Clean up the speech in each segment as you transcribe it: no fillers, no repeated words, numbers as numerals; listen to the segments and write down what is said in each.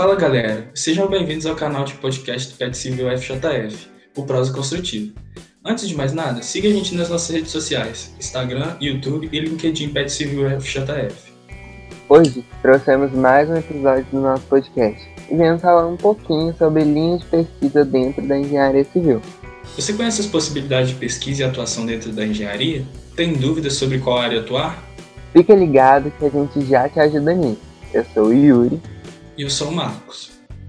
Fala galera, sejam bem-vindos ao canal de podcast do PET Civil FJF, o Prosa Construtiva. Antes de mais nada, siga a gente nas nossas redes sociais, Instagram, YouTube e LinkedIn PET Civil FJF. Hoje trouxemos mais um episódio do nosso podcast e vamos falar um pouquinho sobre linhas de pesquisa dentro da engenharia civil. Você conhece as possibilidades de pesquisa e atuação dentro da engenharia? Tem dúvidas sobre qual área atuar? Fica ligado que a gente já te ajuda nisso. Eu sou o Yuri. E eu sou o Marcos.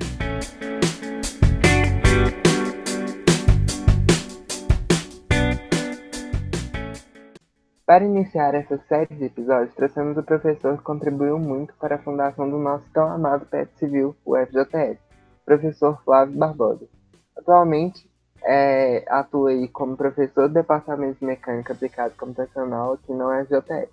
Para iniciar essa série de episódios, trouxemos o professor que contribuiu muito para a fundação do nosso tão amado PET Civil, o FJF, o professor Flávio Barbosa. Atualmente, atua aí como professor do Departamento de Mecânica Aplicada e Computacional aqui na FJF.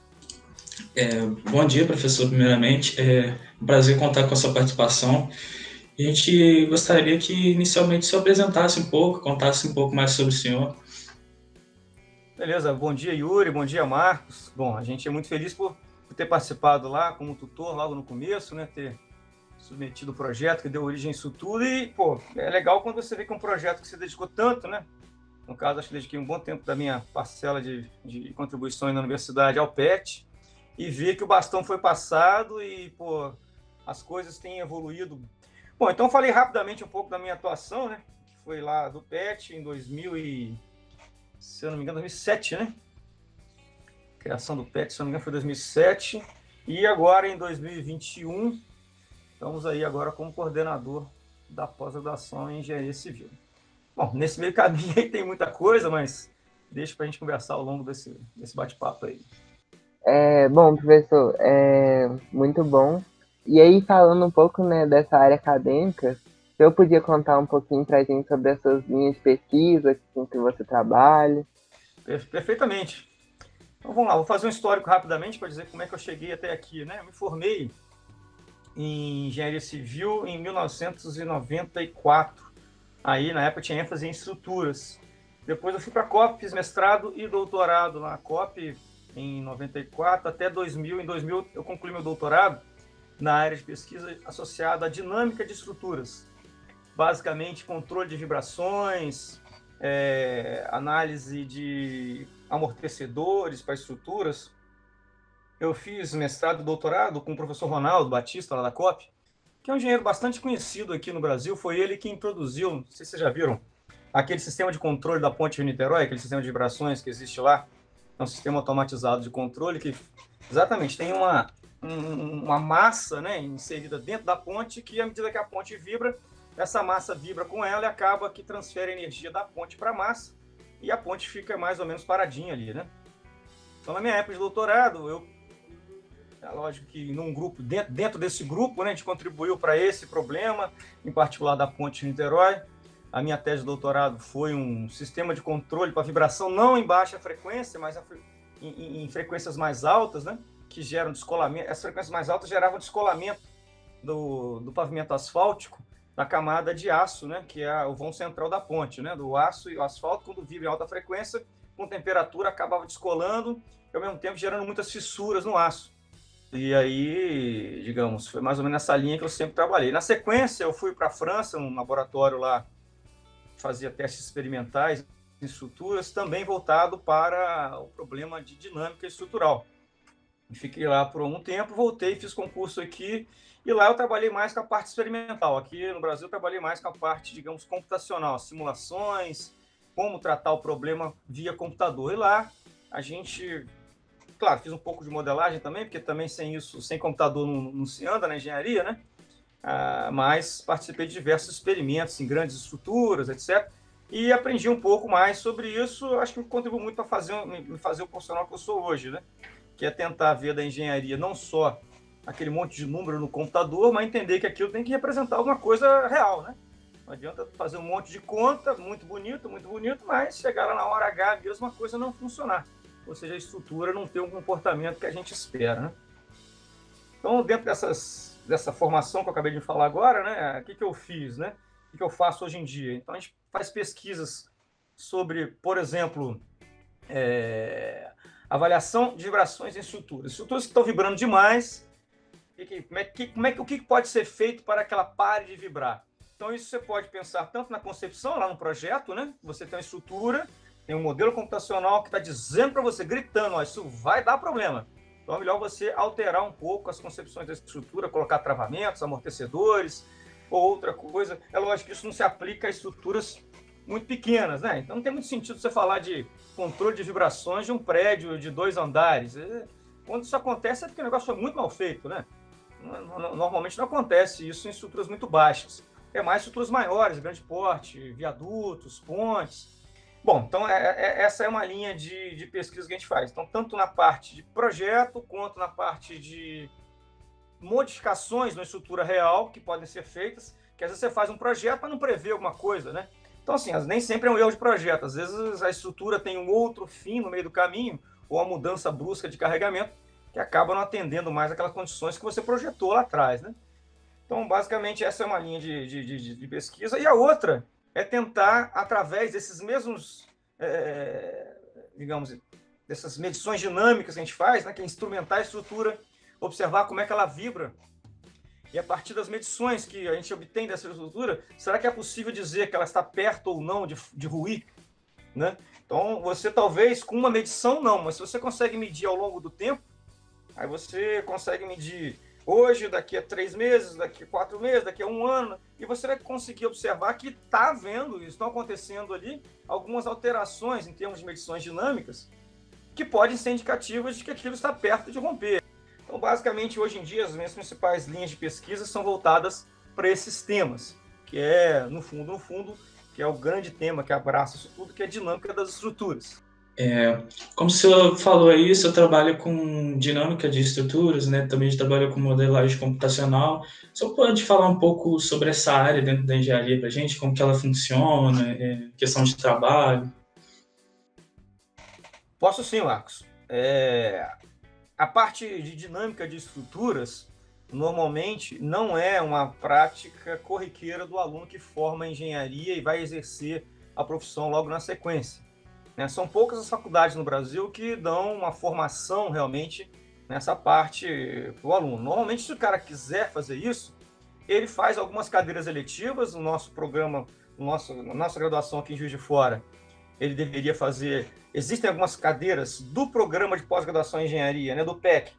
Bom dia, professor, primeiramente. É um prazer contar com a sua participação. A gente gostaria que, inicialmente, o senhor apresentasse um pouco, contasse um pouco mais sobre o senhor. Beleza, bom dia, Yuri, bom dia, Marcos. Bom, a gente é muito feliz por ter participado lá como tutor logo no começo, né, ter submetido o projeto que deu origem a isso tudo e, é legal quando você vê que é um projeto que você dedicou tanto, né? No caso, acho que dediquei um bom tempo da minha parcela de contribuições na universidade ao PET, e ver que o bastão foi passado e, as coisas têm evoluído. Bom, então falei rapidamente um pouco da minha atuação, né? Que foi lá do PET em 2007, né? Criação do PET, se não me engano, foi 2007. E agora, em 2021, estamos aí agora como coordenador da pós-graduação em Engenharia Civil. Bom, nesse meio caminho aí tem muita coisa, mas deixa para a gente conversar ao longo desse bate-papo aí. Bom, professor, muito bom. E aí, falando um pouco, né, dessa área acadêmica, se eu podia contar um pouquinho para a gente sobre essas linhas de pesquisa com que você trabalha. Perfeitamente. Então, vamos lá, vou fazer um histórico rapidamente para dizer como é que eu cheguei até aqui, né? Eu me formei em Engenharia Civil em 1994. Aí, na época, tinha ênfase em estruturas. Depois eu fui para a COP, fiz mestrado e doutorado na COP em 94 até 2000. Em 2000, eu concluí meu doutorado na área de pesquisa associada à dinâmica de estruturas. Basicamente, controle de vibrações, análise de amortecedores para estruturas. Eu fiz mestrado e doutorado com o professor Ronaldo Batista, lá da COP, que é um engenheiro bastante conhecido aqui no Brasil. Foi ele que introduziu, não sei se vocês já viram, aquele sistema de controle da Ponte Rio-Niterói, aquele sistema de vibrações que existe lá. É um sistema automatizado de controle que, exatamente, tem uma massa, né, inserida dentro da ponte, que à medida que a ponte vibra, essa massa vibra com ela e acaba que transfere a energia da ponte para a massa e a ponte fica mais ou menos paradinha ali, né? Então, na minha época de doutorado, é lógico que num grupo, dentro desse grupo, né, a gente contribuiu para esse problema, em particular da ponte Niterói. A minha tese de doutorado foi um sistema de controle para vibração, não em baixa frequência, mas em frequências mais altas, né, que geram descolamento. Essas frequências mais altas geravam descolamento do pavimento asfáltico na camada de aço, né, que é o vão central da ponte, né, do aço e o asfalto, quando vibra em alta frequência, com temperatura, acabava descolando e, ao mesmo tempo, gerando muitas fissuras no aço. E aí, digamos, foi mais ou menos nessa linha que eu sempre trabalhei. Na sequência, eu fui para a França, um laboratório lá, fazia testes experimentais em estruturas, também voltado para o problema de dinâmica estrutural. Fiquei lá por um tempo, voltei, fiz concurso aqui, e lá eu trabalhei mais com a parte experimental. Aqui no Brasil eu trabalhei mais com a parte, digamos, computacional, simulações, como tratar o problema via computador. E lá a gente, claro, fiz um pouco de modelagem também, porque também sem computador não se anda na engenharia, né? Mas participei de diversos experimentos em grandes estruturas, etc. E aprendi um pouco mais sobre isso. Acho que contribuiu muito para me fazer o profissional que eu sou hoje, né? Que é tentar ver da engenharia não só aquele monte de número no computador, mas entender que aquilo tem que representar alguma coisa real, né? Não adianta fazer um monte de conta, muito bonito, mas chegar lá na hora H mesmo a coisa não funcionar. Ou seja, a estrutura não tem um comportamento que a gente espera, né? Então, dentro dessa formação que eu acabei de falar agora, né, o que eu fiz, né? O que eu faço hoje em dia? Então, a gente faz pesquisas sobre, por exemplo, avaliação de vibrações em estruturas. Estruturas que estão vibrando demais O que pode ser feito para que ela pare de vibrar? Então, isso você pode pensar tanto na concepção, lá no projeto, né? Você tem uma estrutura, tem um modelo computacional que está dizendo para você, gritando, ó, isso vai dar problema. Então, é melhor você alterar um pouco as concepções da estrutura, colocar travamentos, amortecedores, ou outra coisa. É lógico que isso não se aplica a estruturas muito pequenas, né? Então, não tem muito sentido você falar de controle de vibrações de um prédio de 2 andares. Quando isso acontece, é porque o negócio foi muito mal feito, né? Normalmente não acontece isso em estruturas muito baixas. É mais estruturas maiores, grande porte, viadutos, pontes. Bom, então essa é uma linha de pesquisa que a gente faz. Então, tanto na parte de projeto, quanto na parte de modificações na estrutura real que podem ser feitas, que às vezes você faz um projeto para não prever alguma coisa, né? Então, assim, nem sempre é um erro de projeto. Às vezes a estrutura tem um outro fim no meio do caminho, ou a mudança brusca de carregamento, que acaba não atendendo mais aquelas condições que você projetou lá atrás, né? Então, basicamente, essa é uma linha de pesquisa. E a outra é tentar, através desses mesmos, digamos, dessas medições dinâmicas que a gente faz, né, que é instrumentar a estrutura, observar como é que ela vibra. E a partir das medições que a gente obtém dessa estrutura, será que é possível dizer que ela está perto ou não de ruir? Né? Então, você talvez, com uma medição, não, mas se você consegue medir ao longo do tempo, aí você consegue medir hoje, daqui a 3 meses, daqui a 4 meses, daqui a 1 ano, e você vai conseguir observar que está havendo, estão acontecendo ali algumas alterações em termos de medições dinâmicas que podem ser indicativas de que aquilo está perto de romper. Então, basicamente, hoje em dia, as minhas principais linhas de pesquisa são voltadas para esses temas, que é, no fundo, que é o grande tema que abraça isso tudo, que é a dinâmica das estruturas. Como o senhor falou aí, o senhor trabalha com dinâmica de estruturas, né? Também trabalha com modelagem computacional. O senhor pode falar um pouco sobre essa área dentro da engenharia para a gente, como que ela funciona, questão de trabalho? Posso sim, Marcos. A parte de dinâmica de estruturas, normalmente, não é uma prática corriqueira do aluno que forma engenharia e vai exercer a profissão logo na sequência. São poucas as faculdades no Brasil que dão uma formação realmente nessa parte para o aluno. Normalmente, se o cara quiser fazer isso, ele faz algumas cadeiras eletivas. No nosso programa, na nossa graduação aqui em Juiz de Fora, ele deveria fazer... Existem algumas cadeiras do programa de pós-graduação em engenharia, né, do PEC,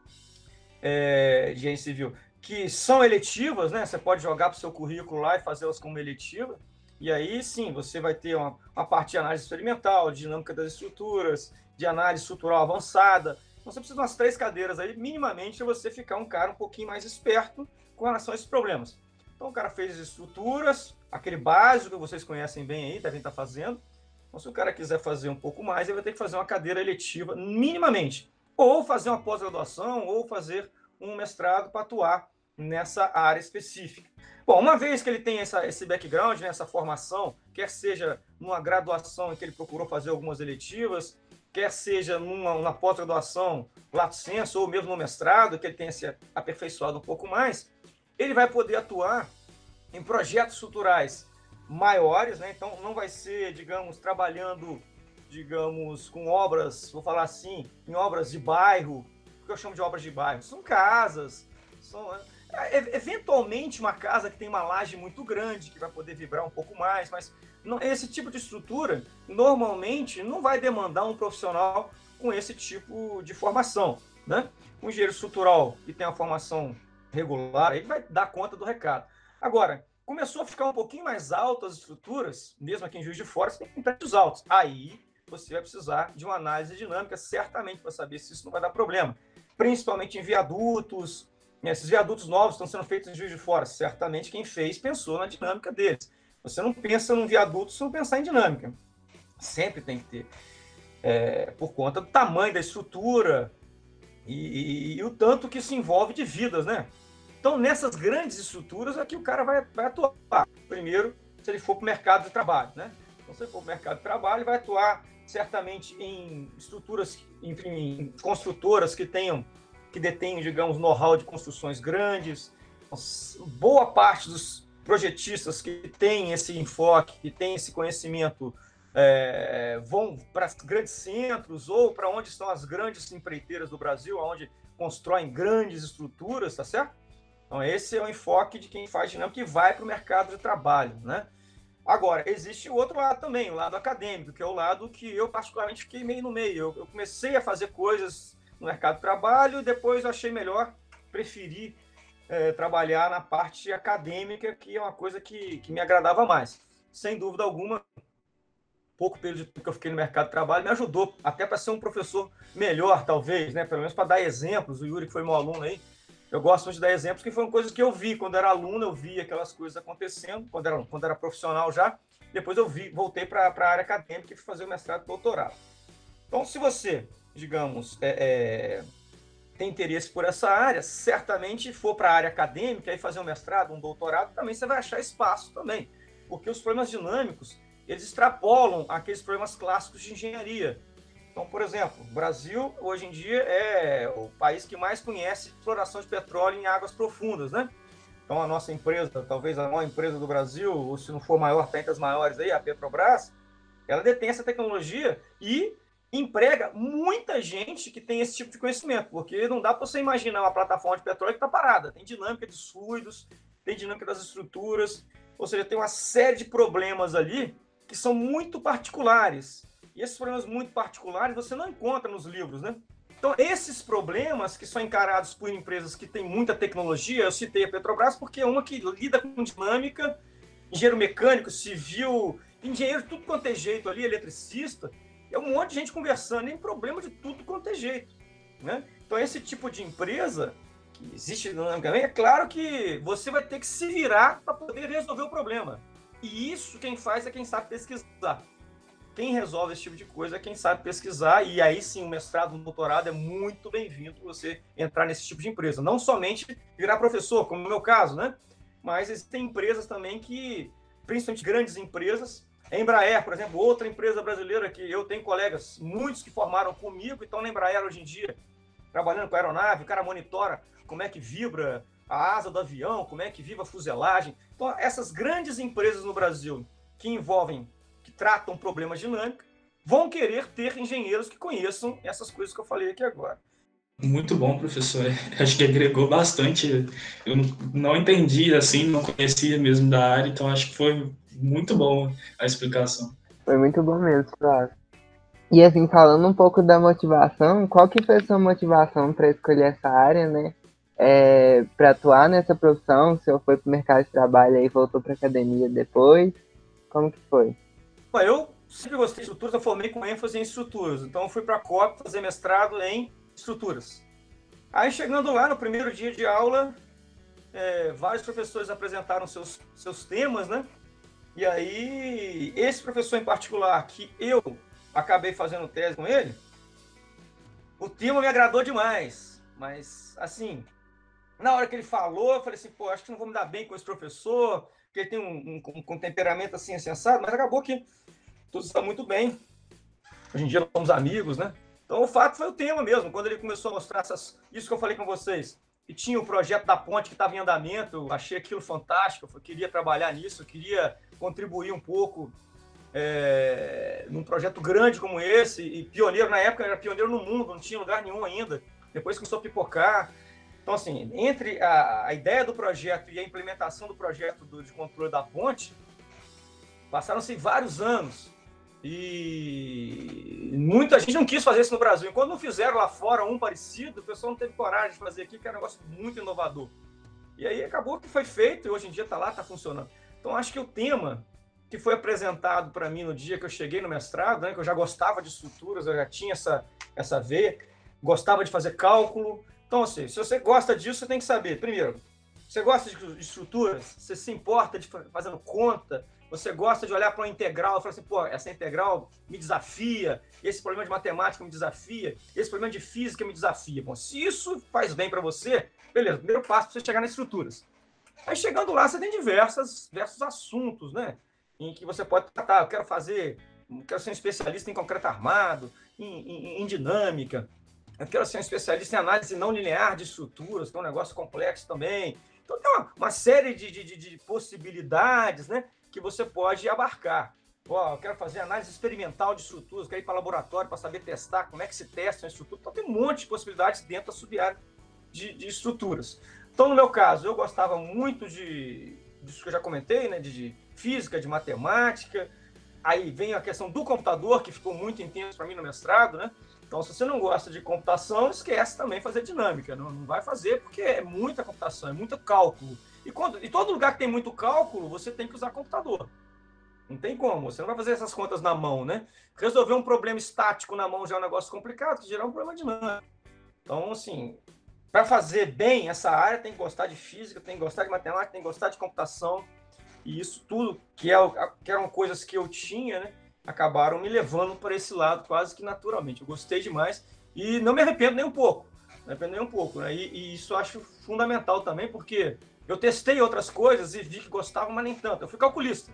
de engenharia civil, que são eletivas, né? Você pode jogar para o seu currículo lá e fazê-las como eletiva. E aí, sim, você vai ter uma parte de análise experimental, de dinâmica das estruturas, de análise estrutural avançada. Então, você precisa de umas 3 cadeiras aí, minimamente, para você ficar um cara um pouquinho mais esperto com relação a esses problemas. Então, o cara fez as estruturas, aquele básico que vocês conhecem bem aí, devem estar fazendo. Então, se o cara quiser fazer um pouco mais, ele vai ter que fazer uma cadeira eletiva, minimamente. Ou fazer uma pós-graduação, ou fazer um mestrado para atuar nessa área específica. Bom, uma vez que ele tem esse background, né, essa formação, quer seja numa graduação em que ele procurou fazer algumas eletivas, quer seja numa pós-graduação, lato sensu, ou mesmo no mestrado, que ele tenha se aperfeiçoado um pouco mais, ele vai poder atuar em projetos estruturais maiores, né? Então não vai ser, digamos, trabalhando, digamos, com obras, vou falar assim, em obras de bairro. O que eu chamo de obras de bairro? São casas, eventualmente uma casa que tem uma laje muito grande, que vai poder vibrar um pouco mais, mas esse tipo de estrutura normalmente não vai demandar um profissional com esse tipo de formação, né? Um engenheiro estrutural que tem uma formação regular, ele vai dar conta do recado. Agora, começou a ficar um pouquinho mais alto as estruturas, mesmo aqui em Juiz de Fora, você tem prédios altos. Aí você vai precisar de uma análise dinâmica, certamente, para saber se isso não vai dar problema. Principalmente em viadutos. Esses viadutos novos estão sendo feitos em Juiz de Fora. Certamente quem fez pensou na dinâmica deles. Você não pensa num viaduto se não pensar em dinâmica. Sempre tem que ter. Por conta do tamanho da estrutura e o tanto que se envolve de vidas, né? Então, nessas grandes estruturas, aqui o cara vai atuar. Primeiro, se ele for para o mercado de trabalho, né? Então, se ele for para o mercado de trabalho, ele vai atuar certamente em estruturas, em construtoras que detenham, digamos, know-how de construções grandes. Boa parte dos projetistas que têm esse enfoque, que têm esse conhecimento, vão para grandes centros ou para onde estão as grandes empreiteiras do Brasil, onde constroem grandes estruturas, tá certo? Então, esse é o enfoque de quem faz dinâmica e vai para o mercado de trabalho, né? Agora, existe o outro lado também, o lado acadêmico, que é o lado que eu particularmente fiquei meio no meio. Eu comecei a fazer coisas no mercado de trabalho e depois eu achei melhor, preferi trabalhar na parte acadêmica, que é uma coisa que me agradava mais. Sem dúvida alguma, pouco período de tempo que eu fiquei no mercado de trabalho me ajudou até para ser um professor melhor, talvez, né? Pelo menos para dar exemplos. O Yuri, que foi meu aluno aí, eu gosto muito de dar exemplos, que foram coisas que eu vi. Quando era aluno, eu via aquelas coisas acontecendo, quando era profissional já. Depois eu voltei para a área acadêmica e fui fazer o mestrado e doutorado. Então, se você, digamos, tem interesse por essa área, certamente for para a área acadêmica e fazer um mestrado, um doutorado, também você vai achar espaço também. Porque os problemas dinâmicos, eles extrapolam aqueles problemas clássicos de engenharia. Então, por exemplo, o Brasil, hoje em dia, é o país que mais conhece exploração de petróleo em águas profundas, né? Então, a nossa empresa, talvez a maior empresa do Brasil, ou se não for maior, está entre as maiores aí, a Petrobras, ela detém essa tecnologia e emprega muita gente que tem esse tipo de conhecimento, porque não dá para você imaginar uma plataforma de petróleo que está parada. Tem dinâmica dos fluidos, tem dinâmica das estruturas, ou seja, tem uma série de problemas ali que são muito particulares. E esses problemas muito particulares você não encontra nos livros, né? Então, esses problemas que são encarados por empresas que têm muita tecnologia, eu citei a Petrobras porque é uma que lida com dinâmica, engenheiro mecânico, civil, engenheiro de tudo quanto é jeito ali, eletricista, é um monte de gente conversando em problema de tudo quanto é jeito, né? Então, esse tipo de empresa que existe dinamicamente, é claro que você vai ter que se virar para poder resolver o problema. E isso quem faz é quem sabe pesquisar. Quem resolve esse tipo de coisa é quem sabe pesquisar, e aí sim o mestrado, o doutorado é muito bem-vindo você entrar nesse tipo de empresa. Não somente virar professor, como no meu caso, né? Mas existem empresas também que, principalmente grandes empresas, a Embraer, por exemplo, outra empresa brasileira que eu tenho colegas, muitos que formaram comigo, então na Embraer hoje em dia, trabalhando com aeronave, o cara monitora como é que vibra a asa do avião, como é que vibra a fuselagem. Então, essas grandes empresas no Brasil que tratam problemas dinâmicos, vão querer ter engenheiros que conheçam essas coisas que eu falei aqui agora. Muito bom, professor. Acho que agregou bastante. Eu não entendi, assim, não conhecia mesmo da área, então acho que foi muito bom a explicação. Foi muito bom mesmo, Flávio. E assim, falando um pouco da motivação, qual que foi a sua motivação para escolher essa área, né? Para atuar nessa profissão? O senhor foi para o mercado de trabalho e voltou para a academia depois? Como que foi? Bom, eu sempre gostei de estruturas, eu formei com ênfase em estruturas. Então, eu fui para a COP fazer mestrado em estruturas. Aí, chegando lá, no primeiro dia de aula, vários professores apresentaram seus temas, né? E aí, esse professor em particular, que eu acabei fazendo tese com ele, o tema me agradou demais. Mas, assim, na hora que ele falou, eu falei assim, pô, acho que não vou me dar bem com esse professor, porque ele tem um temperamento assim, sensado, mas acabou que tudo está muito bem. Hoje em dia nós somos amigos, né? Então, o fato foi o tema mesmo. Quando ele começou a mostrar isso que eu falei com vocês, e tinha o projeto da ponte que estava em andamento, eu achei aquilo fantástico, eu queria trabalhar nisso, eu queria contribuir um pouco num projeto grande como esse, e pioneiro na época, era pioneiro no mundo, não tinha lugar nenhum ainda. Depois começou a pipocar. Então, assim, entre a ideia do projeto e a implementação do projeto de controle da ponte, passaram-se vários anos. E muita gente não quis fazer isso no Brasil. E quando não fizeram lá fora um parecido, o pessoal não teve coragem de fazer aqui, que era um negócio muito inovador. E aí acabou que foi feito e hoje em dia está lá, está funcionando. Então, acho que o tema que foi apresentado para mim no dia que eu cheguei no mestrado, né, que eu já gostava de estruturas, eu já tinha essa veia, gostava de fazer cálculo. Então, assim, se você gosta disso, você tem que saber, primeiro, você gosta de estruturas? Você se importa de fazendo conta? Você gosta de olhar para uma integral e falar assim, pô, essa integral me desafia, esse problema de matemática me desafia, esse problema de física me desafia. Bom, se isso faz bem para você, beleza, primeiro passo para você chegar nas estruturas. Aí, chegando lá, você tem diversos assuntos, né? Em que você pode tratar, eu quero ser um especialista em concreto armado, em dinâmica, eu quero ser um especialista em análise não linear de estruturas, que é um negócio complexo também. Então, tem uma série de possibilidades, né, que você pode abarcar. eu quero fazer análise experimental de estruturas, quero ir para laboratório para saber testar como é que se testa uma estrutura. Então, tem um monte de possibilidades dentro da sub-área de estruturas. Então, no meu caso, eu gostava muito disso que eu já comentei, né, de física, de matemática. Aí vem a questão do computador, que ficou muito intenso para mim no mestrado, né? Então, se você não gosta de computação, esquece também fazer dinâmica. Não vai fazer, porque é muita computação, é muito cálculo. E todo lugar que tem muito cálculo, você tem que usar computador. Não tem como, você não vai fazer essas contas na mão, né? Resolver um problema estático na mão já é um negócio complicado, que gerar um problema dinâmico. Então, assim, para fazer bem essa área, tem que gostar de física, tem que gostar de matemática, tem que gostar de computação. E isso tudo, que eram coisas que eu tinha, né, acabaram me levando para esse lado quase que naturalmente. Eu gostei demais e não me arrependo nem um pouco. Né? E isso eu acho fundamental também, porque eu testei outras coisas e vi que gostava, mas nem tanto. Eu fui calculista.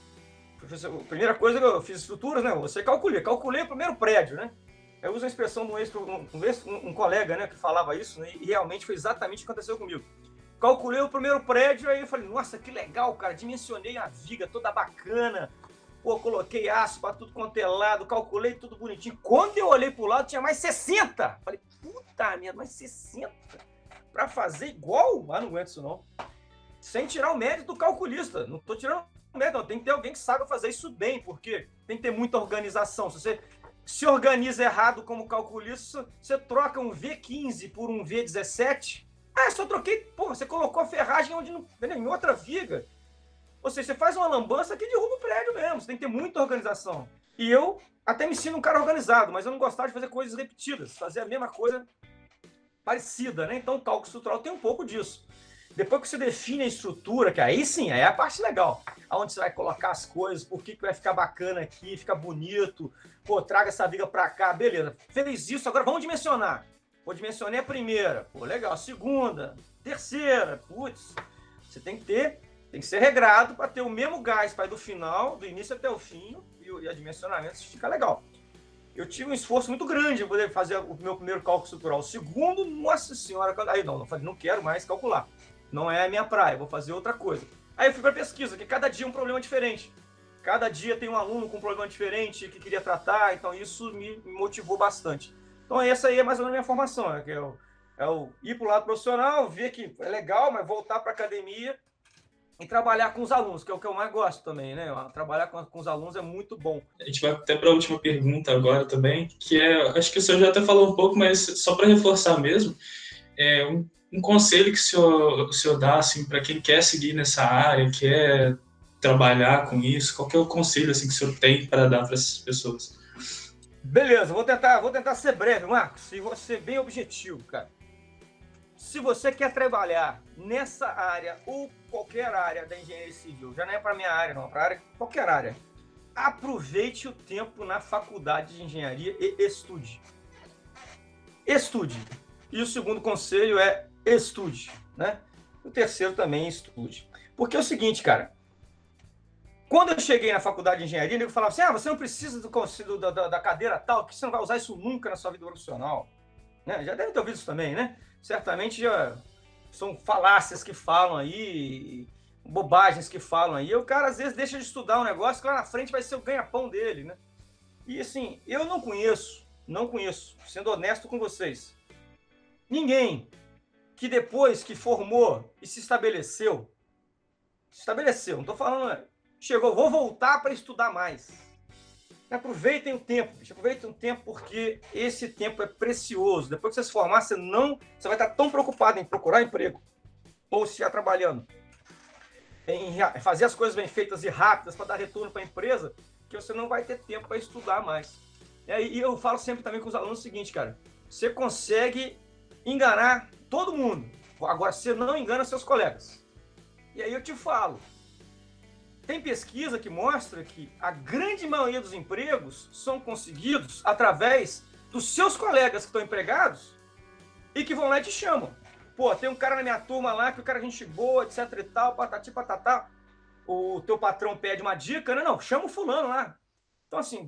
A primeira coisa que eu fiz estruturas, né? Você calculei o primeiro prédio, né? Eu uso a expressão de um colega, né, que falava isso, né, e realmente foi exatamente o que aconteceu comigo. Calculei o primeiro prédio, aí eu falei, nossa, que legal, cara, dimensionei a viga toda bacana, pô, coloquei aço para tudo quanto é lado, calculei tudo bonitinho. Quando eu olhei pro lado, tinha mais 60. Falei, puta merda, mais 60? Para fazer igual? Ah, não aguento isso não. Sem tirar o mérito do calculista, não tô tirando o mérito, não. Tem que ter alguém que saiba fazer isso bem, porque tem que ter muita organização. Se você se organiza errado como calculista, você troca um V15 por um V17, só troquei, porra, você colocou a ferragem onde não, em outra viga. Ou seja, você faz uma lambança que derruba o prédio mesmo, você tem que ter muita organização. E eu até me sinto um cara organizado, mas eu não gostava de fazer coisas repetidas, fazer a mesma coisa parecida, né? Então o cálculo estrutural tem um pouco disso. Depois que você define a estrutura, que aí sim, aí é a parte legal. Aonde você vai colocar as coisas, por que vai ficar bacana aqui, fica bonito. Pô, traga essa viga pra cá, beleza. Fez isso, agora vamos dimensionar. Pô, dimensionei a primeira, pô, legal. A segunda, terceira, putz. Você tem que ser regrado para ter o mesmo gás para ir do final, do início até o fim, e a dimensionamento fica legal. Eu tive um esforço muito grande para poder fazer o meu primeiro cálculo estrutural. O segundo, nossa senhora, aí não falei, não quero mais calcular. Não é a minha praia, vou fazer outra coisa. Aí eu fui para pesquisa, que cada dia é um problema diferente. Cada dia tem um aluno com um problema diferente que queria tratar, então isso me motivou bastante. Então essa aí é mais ou menos a minha formação, né? Que é o ir para o lado profissional, ver que é legal, mas voltar para a academia e trabalhar com os alunos, que é o que eu mais gosto também, né? Trabalhar com os alunos é muito bom. A gente vai até para a última pergunta agora também, que acho que o senhor já até falou um pouco, mas só para reforçar mesmo, um conselho que o senhor dá assim, para quem quer seguir nessa área, quer trabalhar com isso, qual que é o conselho assim, que o senhor tem para dar para essas pessoas? Beleza, vou tentar ser breve, Marcos, e vou ser bem objetivo, cara. Se você quer trabalhar nessa área ou qualquer área da engenharia civil, já não é para minha área, não, para qualquer área, aproveite o tempo na faculdade de engenharia e estude. Estude. E o segundo conselho é estude, né? O terceiro também estude. Porque é o seguinte, cara, quando eu cheguei na faculdade de engenharia, ele falava assim, você não precisa da cadeira tal, que você não vai usar isso nunca na sua vida profissional. Né? Já deve ter ouvido isso também, né? Certamente já são falácias que falam aí, bobagens que falam aí. E o cara, às vezes, deixa de estudar um negócio que lá na frente vai ser o ganha-pão dele, né? E, assim, eu não conheço, sendo honesto com vocês, ninguém que depois que formou e se estabeleceu, não estou falando, chegou, vou voltar para estudar mais. Aproveitem o tempo, bicho. Aproveitem o tempo porque esse tempo é precioso. Depois que você se formar, você vai estar tão preocupado em procurar emprego ou se estiver trabalhando, em fazer as coisas bem feitas e rápidas para dar retorno para a empresa, que você não vai ter tempo para estudar mais. E eu falo sempre também com os alunos o seguinte, cara, você consegue enganar todo mundo, agora você não engana seus colegas. E aí eu te falo, tem pesquisa que mostra que a grande maioria dos empregos são conseguidos através dos seus colegas que estão empregados e que vão lá e te chamam. Pô, tem um cara na minha turma lá que o cara é gente boa, etc e tal, patati patatá. O teu patrão pede uma dica, né? Não, chama o fulano lá. Então, assim,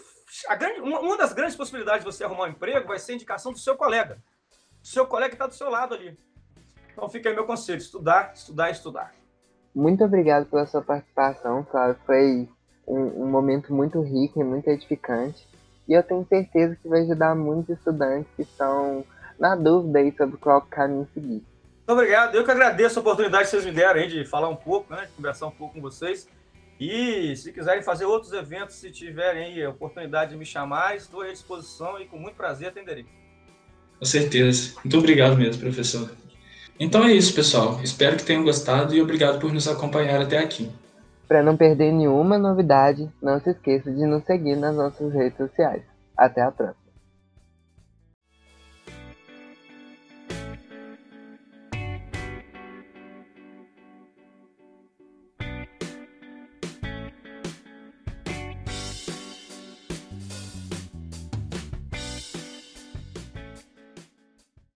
uma das grandes possibilidades de você arrumar um emprego vai ser a indicação do seu colega. O seu colega que está do seu lado ali. Então, fica aí meu conselho, estudar. Muito obrigado pela sua participação, Flávio. Foi um momento momento muito rico e muito edificante. E eu tenho certeza que vai ajudar muitos estudantes que estão na dúvida aí sobre qual caminho seguir. Muito obrigado. Eu que agradeço a oportunidade que vocês me deram aí de falar um pouco, né, de conversar um pouco com vocês. E se quiserem fazer outros eventos, se tiverem aí a oportunidade de me chamar, estou à disposição e com muito prazer atenderei. Com certeza. Muito obrigado mesmo, professor. Então é isso, pessoal. Espero que tenham gostado e obrigado por nos acompanhar até aqui. Para não perder nenhuma novidade, não se esqueça de nos seguir nas nossas redes sociais. Até a próxima!